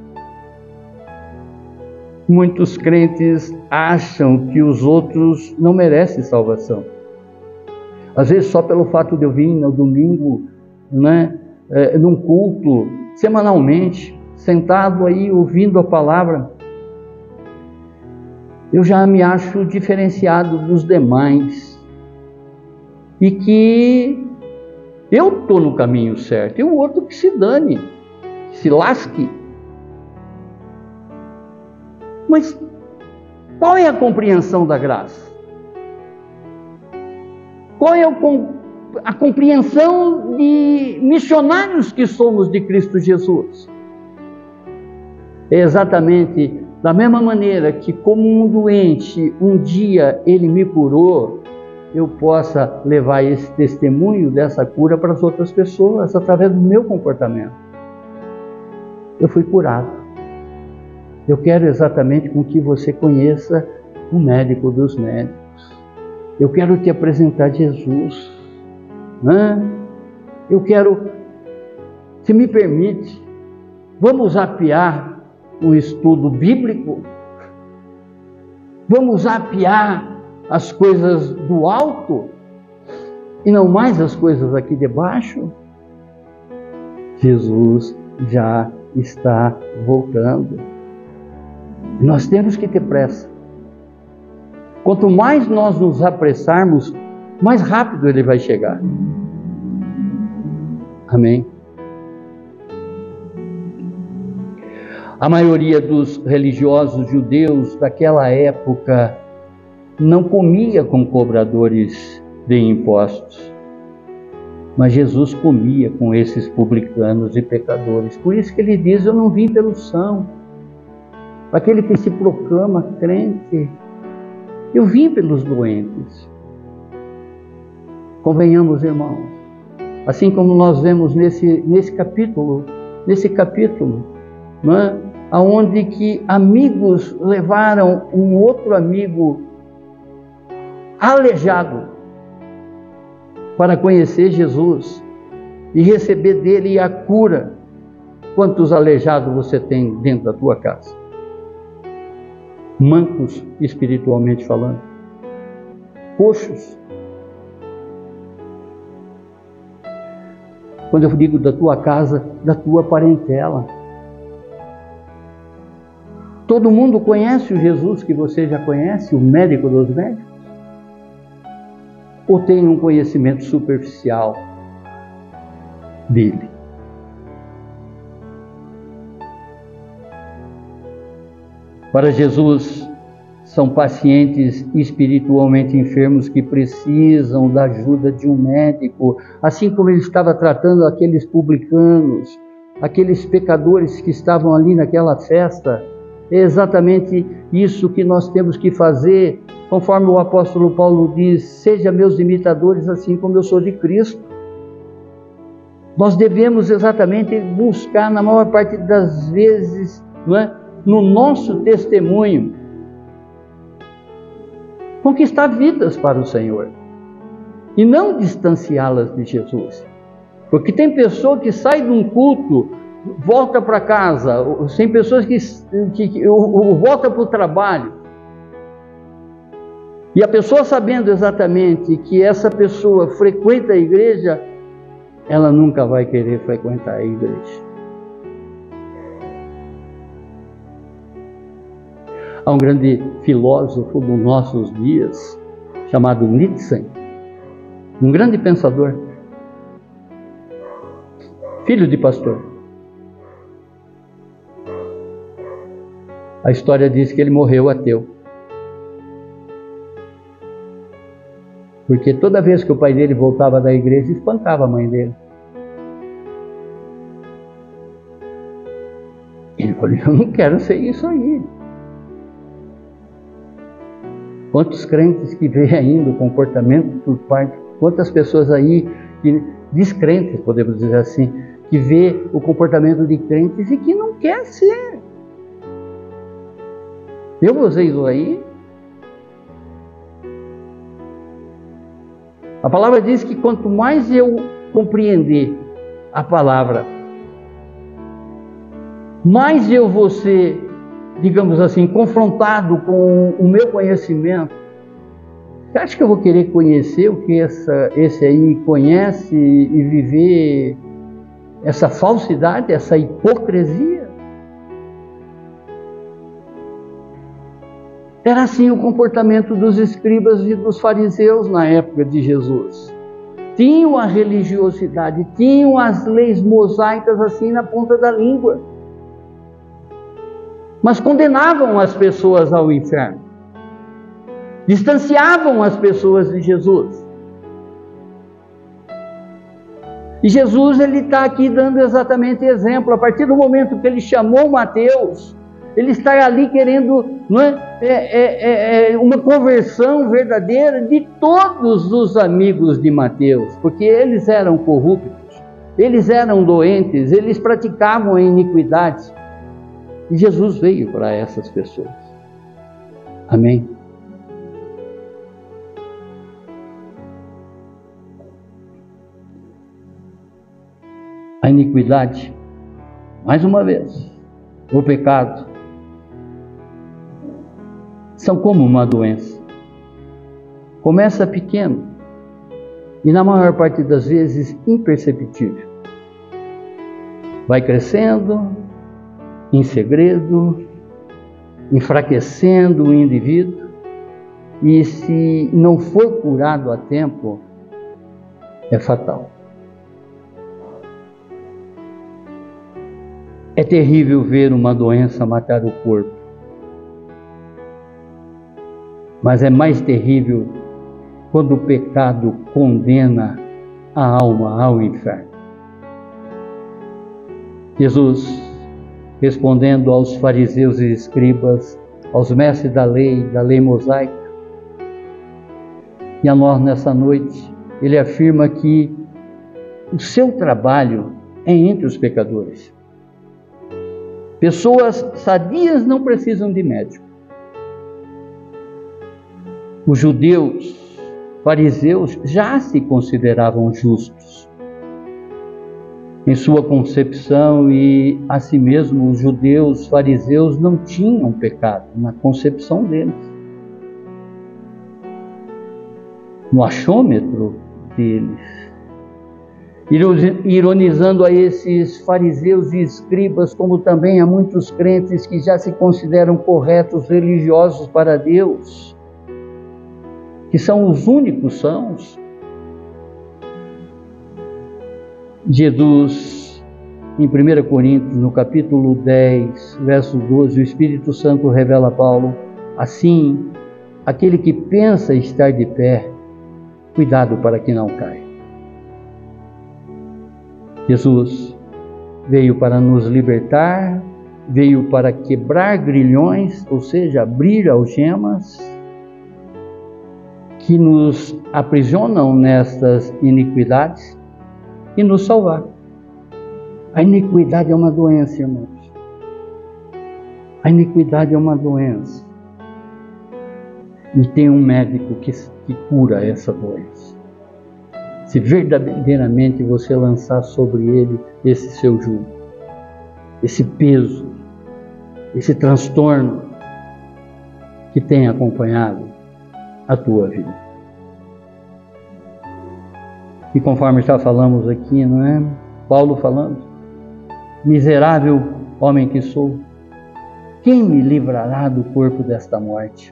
Muitos crentes acham que os outros não merecem salvação. Às vezes só pelo fato de eu vir no domingo, num culto, semanalmente, sentado aí ouvindo a palavra, eu já me acho diferenciado dos demais. E que eu estou no caminho certo, e o outro que se dane, que se lasque. Mas qual é a compreensão da graça? Qual é a compreensão de missionários que somos de Cristo Jesus? É exatamente da mesma maneira que, como um doente, um dia ele me curou, eu possa levar esse testemunho dessa cura para as outras pessoas, através do meu comportamento. Eu fui curado. Eu quero exatamente com que você conheça o médico dos médicos. Eu quero te apresentar Jesus. Eu quero, se me permite, vamos apiar o estudo bíblico? Vamos apiar as coisas do alto e não mais as coisas aqui de baixo? Jesus já está voltando. Nós temos que ter pressa. Quanto mais nós nos apressarmos, mais rápido ele vai chegar. Amém? A maioria dos religiosos judeus daquela época não comia com cobradores de impostos, mas Jesus comia com esses publicanos e pecadores. Por isso que ele diz: eu não vim pelo são, aquele que se proclama crente, eu vim pelos doentes. Convenhamos, irmãos, assim como nós vemos nesse capítulo, aonde que amigos levaram um outro amigo aleijado para conhecer Jesus e receber dele a cura. Quantos aleijados você tem dentro da tua casa? Mancos espiritualmente falando, coxos. Quando eu digo da tua casa, da tua parentela. Todo mundo conhece o Jesus que você já conhece, o médico dos médicos? Ou tem um conhecimento superficial dele? Para Jesus, são pacientes espiritualmente enfermos que precisam da ajuda de um médico, assim como ele estava tratando aqueles publicanos, aqueles pecadores que estavam ali naquela festa. É exatamente isso que nós temos que fazer, conforme o apóstolo Paulo diz: seja meus imitadores assim como eu sou de Cristo. Nós devemos exatamente buscar, na maior parte das vezes, no nosso testemunho, conquistar vidas para o Senhor e não distanciá-las de Jesus. Porque tem pessoa que sai de um culto, volta para casa, tem pessoas que volta para o trabalho, e a pessoa, sabendo exatamente que essa pessoa frequenta a igreja, ela nunca vai querer frequentar a igreja. Há um grande filósofo dos nossos dias, chamado Nietzsche, um grande pensador, filho de pastor. A história diz que ele morreu ateu, porque toda vez que o pai dele voltava da igreja, espancava a mãe dele. Ele falou: eu não quero ser isso aí. Quantos crentes que veem ainda o comportamento por parte, quantas pessoas aí, descrentes, podemos dizer assim, que vê o comportamento de crentes e que não quer ser. Eu usei isso aí. A palavra diz que quanto mais eu compreender a palavra, mais eu vou ser, digamos assim, confrontado com o meu conhecimento. Você acha que eu vou querer conhecer o que esse aí conhece e viver essa falsidade, essa hipocrisia? Era assim o comportamento dos escribas e dos fariseus na época de Jesus. Tinham a religiosidade, tinham as leis mosaicas assim na ponta da língua. mas condenavam as pessoas ao inferno, distanciavam as pessoas de Jesus. E Jesus, ele está aqui dando exatamente exemplo. A partir do momento que ele chamou Mateus, ele está ali querendo, não é, uma conversão verdadeira de todos os amigos de Mateus, porque eles eram corruptos, eles eram doentes, eles praticavam a iniquidade. E Jesus veio para essas pessoas. Amém? A iniquidade, mais uma vez, o pecado, são como uma doença. Começa pequeno e, na maior parte das vezes, imperceptível. Vai crescendo em segredo, enfraquecendo o indivíduo, e se não for curado a tempo, é fatal. É terrível ver uma doença matar o corpo, mas é mais terrível quando o pecado condena a alma ao inferno. Jesus, respondendo aos fariseus e escribas, aos mestres da lei mosaica, e a nós nessa noite, ele afirma que o seu trabalho é entre os pecadores. Pessoas sadias não precisam de médico. Os judeus, fariseus, já se consideravam justos em sua concepção, e assim mesmo os judeus, fariseus, não tinham pecado na concepção deles, no achômetro deles. Ironizando a esses fariseus e escribas, como também a muitos crentes que já se consideram corretos, religiosos para Deus, que são os únicos sãos. Jesus, em 1 Coríntios, no capítulo 10, verso 12, o Espírito Santo revela a Paulo: assim, aquele que pensa estar de pé, cuidado para que não caia. Jesus veio para nos libertar, veio para quebrar grilhões, ou seja, abrir algemas que nos aprisionam nestas iniquidades e nos salvar. A iniquidade é uma doença, irmãos. A iniquidade é uma doença. E tem um médico que cura essa doença. Se verdadeiramente você lançar sobre ele esse seu jugo, esse peso, esse transtorno que tem acompanhado a tua vida. E conforme já falamos aqui, não é? Paulo falando: miserável homem que sou, quem me livrará do corpo desta morte?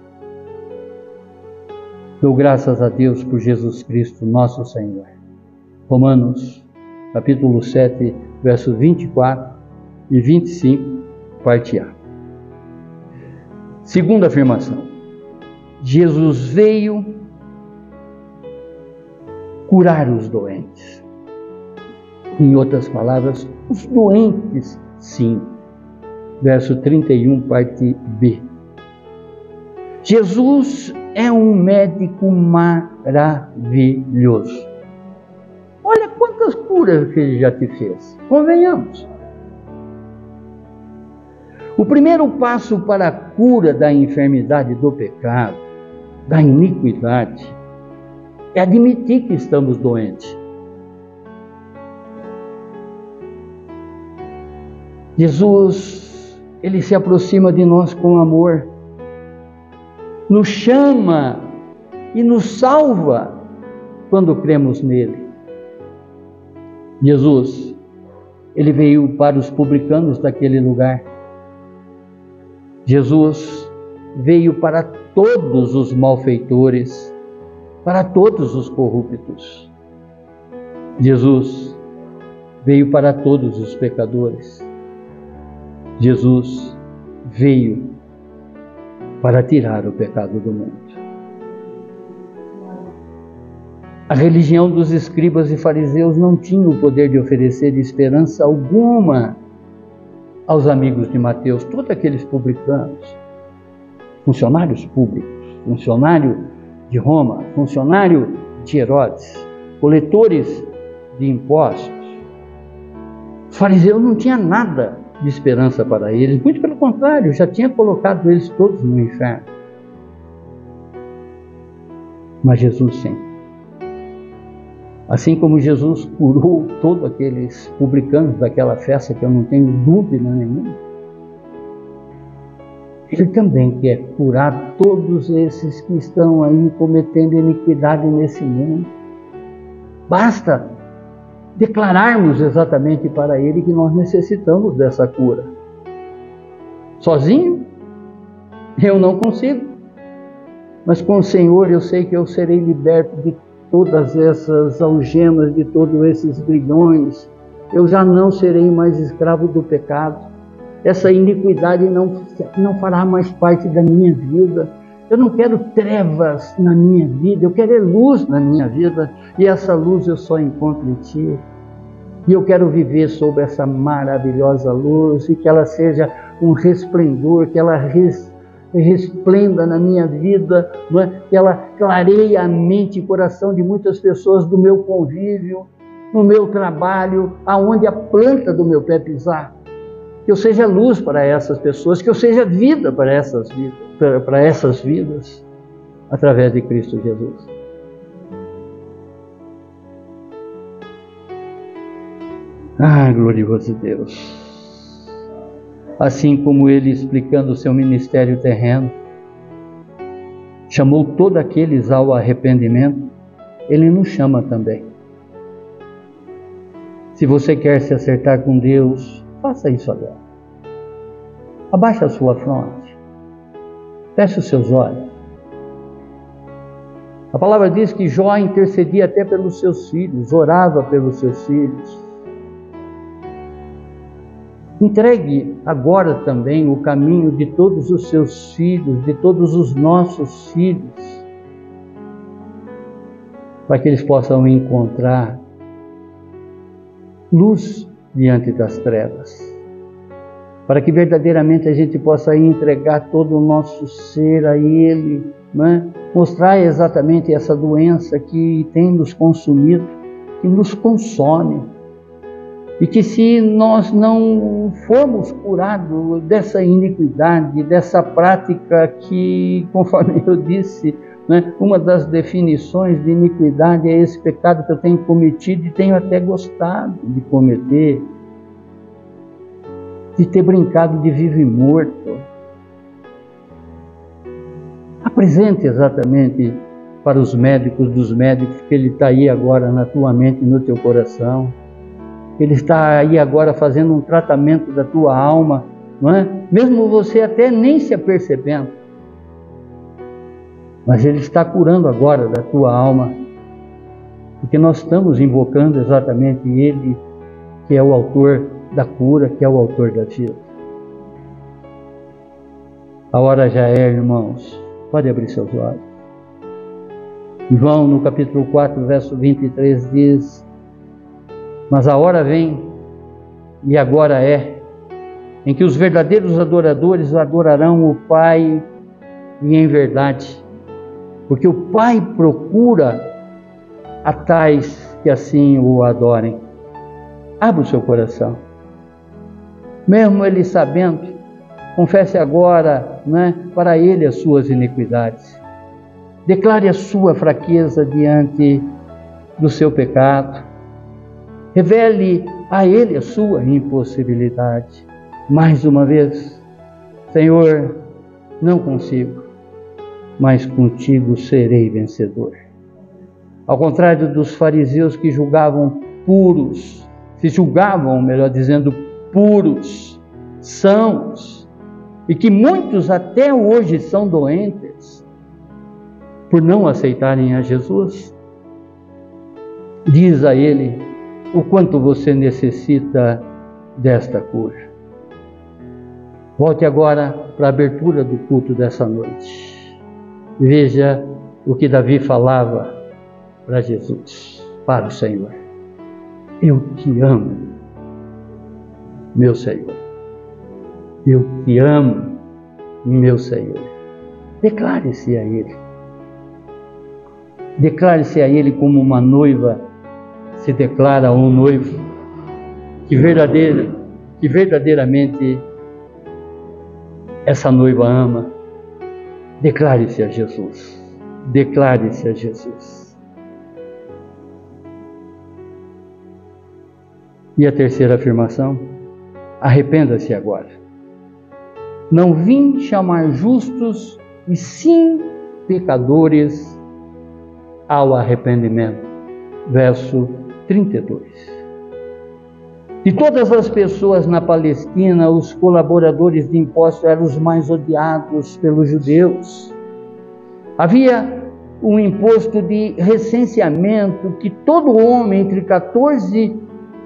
Dou graças a Deus por Jesus Cristo, nosso Senhor. Romanos, capítulo 7, versos 24 e 25, parte A. Segunda afirmação: Jesus veio curar os doentes. Em outras palavras, os doentes, sim. Verso 31, parte B. Jesus é um médico maravilhoso. Olha quantas curas que ele já te fez. Convenhamos. O primeiro passo para a cura da enfermidade do pecado, da iniquidade, é admitir que estamos doentes. Jesus, ele se aproxima de nós com amor, nos chama e nos salva quando cremos nele. Jesus, ele veio para os publicanos daquele lugar. Jesus veio para todos os malfeitores, para todos os corruptos. Jesus veio para todos os pecadores. Jesus veio para tirar o pecado do mundo. A religião dos escribas e fariseus não tinha o poder de oferecer esperança alguma aos amigos de Mateus, todos aqueles publicanos, funcionários públicos, funcionário de Roma, funcionário de Herodes, coletores de impostos. Os fariseus não tinham nada de esperança para eles, muito pelo contrário, já tinha colocado eles todos no inferno. Mas Jesus sim. Assim como Jesus curou todos aqueles publicanos daquela festa, que eu não tenho dúvida nenhuma, Ele também quer curar todos esses que estão aí cometendo iniquidade nesse mundo. Basta declararmos exatamente para Ele que nós necessitamos dessa cura. Sozinho, eu não consigo. Mas com o Senhor eu sei que eu serei liberto de todas essas algemas, de todos esses grilhões. Eu já não serei mais escravo do pecado. Essa iniquidade não fará mais parte da minha vida. Eu não quero trevas na minha vida, eu quero luz na minha vida. E essa luz eu só encontro em Ti. E eu quero viver sob essa maravilhosa luz, e que ela seja um resplendor, que ela resplenda na minha vida, não é? Que ela clareie a mente e coração de muitas pessoas do meu convívio, no meu trabalho, aonde a planta do meu pé pisar. Que eu seja luz para essas pessoas, que eu seja vida para essas vidas, através de Cristo Jesus. Glorioso Deus! Assim como Ele, explicando o seu ministério terreno, chamou todos aqueles ao arrependimento, Ele nos chama também. Se você quer se acertar com Deus, faça isso agora. Abaixe a sua fronte. Feche os seus olhos. A palavra diz que Jó intercedia até pelos seus filhos, orava pelos seus filhos. Entregue agora também o caminho de todos os seus filhos, de todos os nossos filhos, para que eles possam encontrar luz diante das trevas, para que verdadeiramente a gente possa entregar todo o nosso ser a Ele, né? Mostrar exatamente essa doença que tem nos consumido, que nos consome, e que se nós não formos curados dessa iniquidade, dessa prática que, conforme eu disse, né, uma das definições de iniquidade é esse pecado que eu tenho cometido e tenho até gostado de cometer, de ter brincado de vivo e morto. Apresente exatamente para os médicos dos médicos que Ele está aí agora na tua mente e no teu coração. Ele está aí agora fazendo um tratamento da tua alma, não é? Mesmo você até nem se apercebendo. Mas Ele está curando agora da tua alma, porque nós estamos invocando exatamente Ele, que é o autor da cura, que é o autor da vida. A hora já é, irmãos. Pode abrir seus olhos. João, no capítulo 4, verso 23, diz: mas a hora vem, e agora é, em que os verdadeiros adoradores adorarão o Pai e em verdade, porque o Pai procura a tais que assim o adorem. Abra o seu coração. Mesmo ele sabendo, confesse agora, né, para ele as suas iniquidades. Declare a sua fraqueza diante do seu pecado. Revele a Ele a sua impossibilidade. Mais uma vez, Senhor, não consigo, mas contigo serei vencedor. Ao contrário dos fariseus que julgavam puros, se julgavam, melhor dizendo, puros, sãos, e que muitos até hoje são doentes por não aceitarem a Jesus, diz a Ele o quanto você necessita desta cura. Volte agora para a abertura do culto dessa noite. Veja o que Davi falava para Jesus, para o Senhor. Eu te amo, meu Senhor. Eu te amo, meu Senhor. Declare-se a Ele. Declare-se a Ele como uma noiva se declara a um noivo que verdadeiramente essa noiva ama. Declare-se a Jesus. Declare-se a Jesus. E a terceira afirmação: arrependa-se agora. Não vim chamar justos, e sim pecadores ao arrependimento. Verso 32. De todas as pessoas na Palestina, os colaboradores de impostos eram os mais odiados pelos judeus. Havia um imposto de recenseamento que todo homem entre 14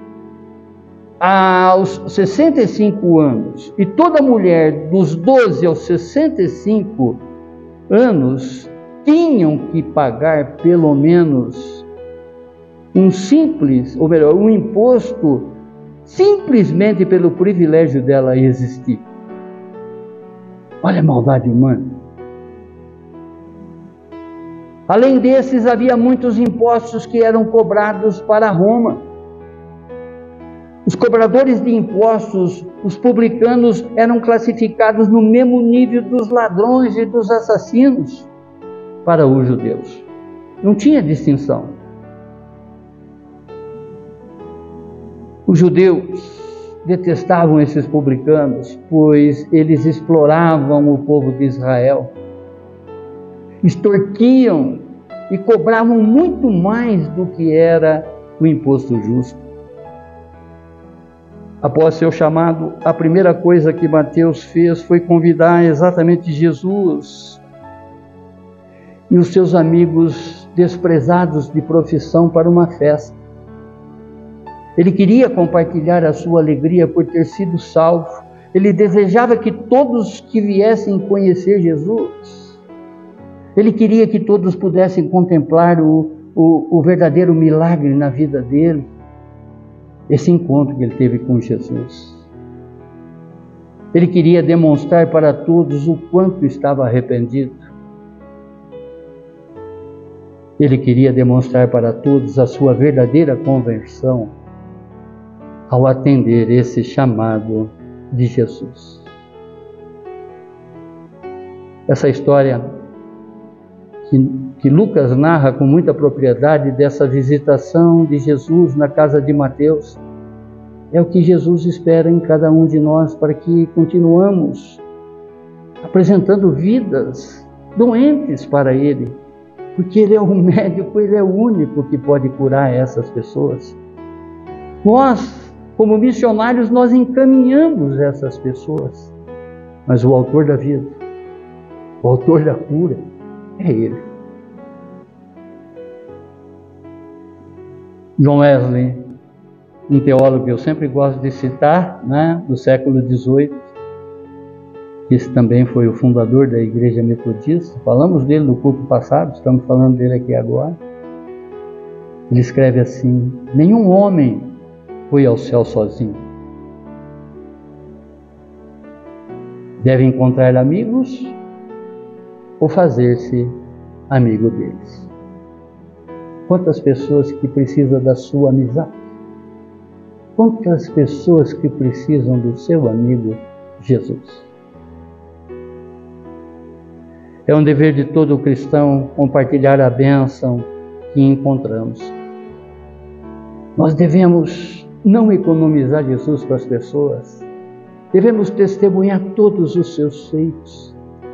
aos 65 anos e toda mulher dos 12 aos 65 anos tinham que pagar pelo menos um imposto simplesmente pelo privilégio dela existir. Olha a maldade humana. Além desses, havia muitos impostos que eram cobrados para Roma. Os cobradores de impostos, os publicanos, eram classificados no mesmo nível dos ladrões e dos assassinos para os judeus. Não tinha distinção. Os judeus detestavam esses publicanos, pois eles exploravam o povo de Israel, extorquiam e cobravam muito mais do que era o imposto justo. Após seu chamado, a primeira coisa que Mateus fez foi convidar exatamente Jesus e os seus amigos desprezados de profissão para uma festa. Ele queria compartilhar a sua alegria por ter sido salvo. Ele desejava que todos que viessem conhecer Jesus. Ele queria que todos pudessem contemplar o verdadeiro milagre na vida dele. Esse encontro que ele teve com Jesus. Ele queria demonstrar para todos o quanto estava arrependido. Ele queria demonstrar para todos a sua verdadeira conversão ao atender esse chamado de Jesus. Essa história que Lucas narra com muita propriedade dessa visitação de Jesus na casa de Mateus, é o que Jesus espera em cada um de nós para que continuamos apresentando vidas doentes para Ele, porque Ele é o médico, Ele é o único que pode curar essas pessoas. Nós, como missionários, nós encaminhamos essas pessoas, mas o autor da vida, o autor da cura, é Ele. John Wesley, um teólogo que eu sempre gosto de citar, do século XVIII, esse também foi o fundador da Igreja Metodista, falamos dele no culto passado, estamos falando dele aqui agora. Ele escreve assim: nenhum homem foi ao céu sozinho. Deve encontrar amigos ou fazer-se amigo deles. Quantas pessoas que precisam da sua amizade? Quantas pessoas que precisam do seu amigo Jesus? É um dever de todo cristão compartilhar a bênção que encontramos. Nós devemos não economizar Jesus para as pessoas. Devemos testemunhar todos os seus feitos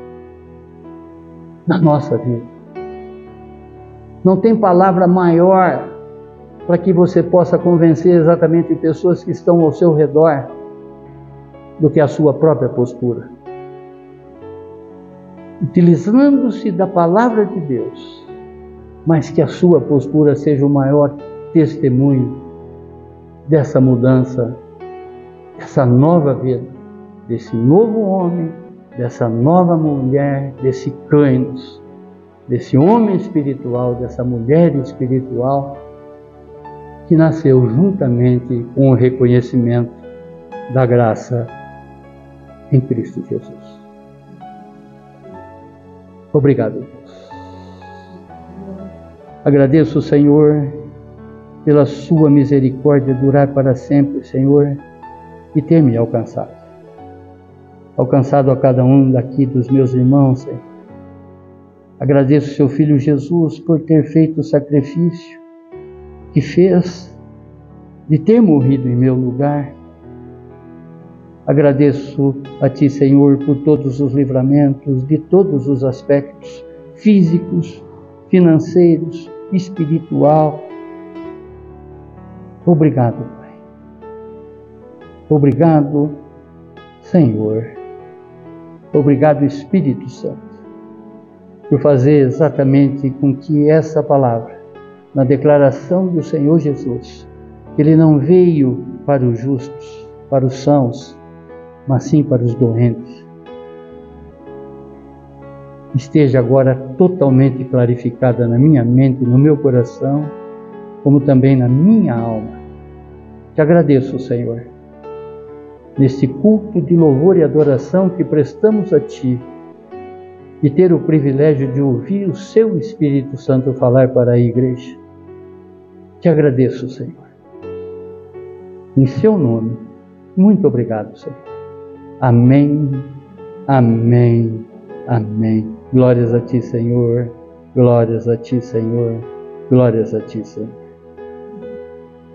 na nossa vida. Não tem palavra maior para que você possa convencer exatamente pessoas que estão ao seu redor do que a sua própria postura. Utilizando-se da palavra de Deus, mas que a sua postura seja o maior testemunho dessa mudança, dessa nova vida desse novo homem, dessa nova mulher, desse Cainus, desse homem espiritual, dessa mulher espiritual, que nasceu juntamente com o reconhecimento da graça em Cristo Jesus. Obrigado, Deus. Agradeço, Senhor, pela sua misericórdia durar para sempre, Senhor, e ter me alcançado. Alcançado a cada um daqui dos meus irmãos, Senhor. Agradeço seu Filho Jesus por ter feito o sacrifício que fez, de ter morrido em meu lugar. Agradeço a Ti, Senhor, por todos os livramentos, de todos os aspectos físicos, financeiros, espiritual. Obrigado, Pai. Obrigado, Senhor. Obrigado, Espírito Santo, por fazer exatamente com que essa palavra, na declaração do Senhor Jesus, que Ele não veio para os justos, para os sãos, mas sim para os doentes, esteja agora totalmente clarificada na minha mente, no meu coração, como também na minha alma. Te agradeço, Senhor, neste culto de louvor e adoração que prestamos a Ti, e ter o privilégio de ouvir o Seu Espírito Santo falar para a igreja. Te agradeço, Senhor. Em Seu nome, muito obrigado, Senhor. Amém, amém, amém. Glórias a Ti, Senhor. Glórias a Ti, Senhor. Glórias a Ti, Senhor.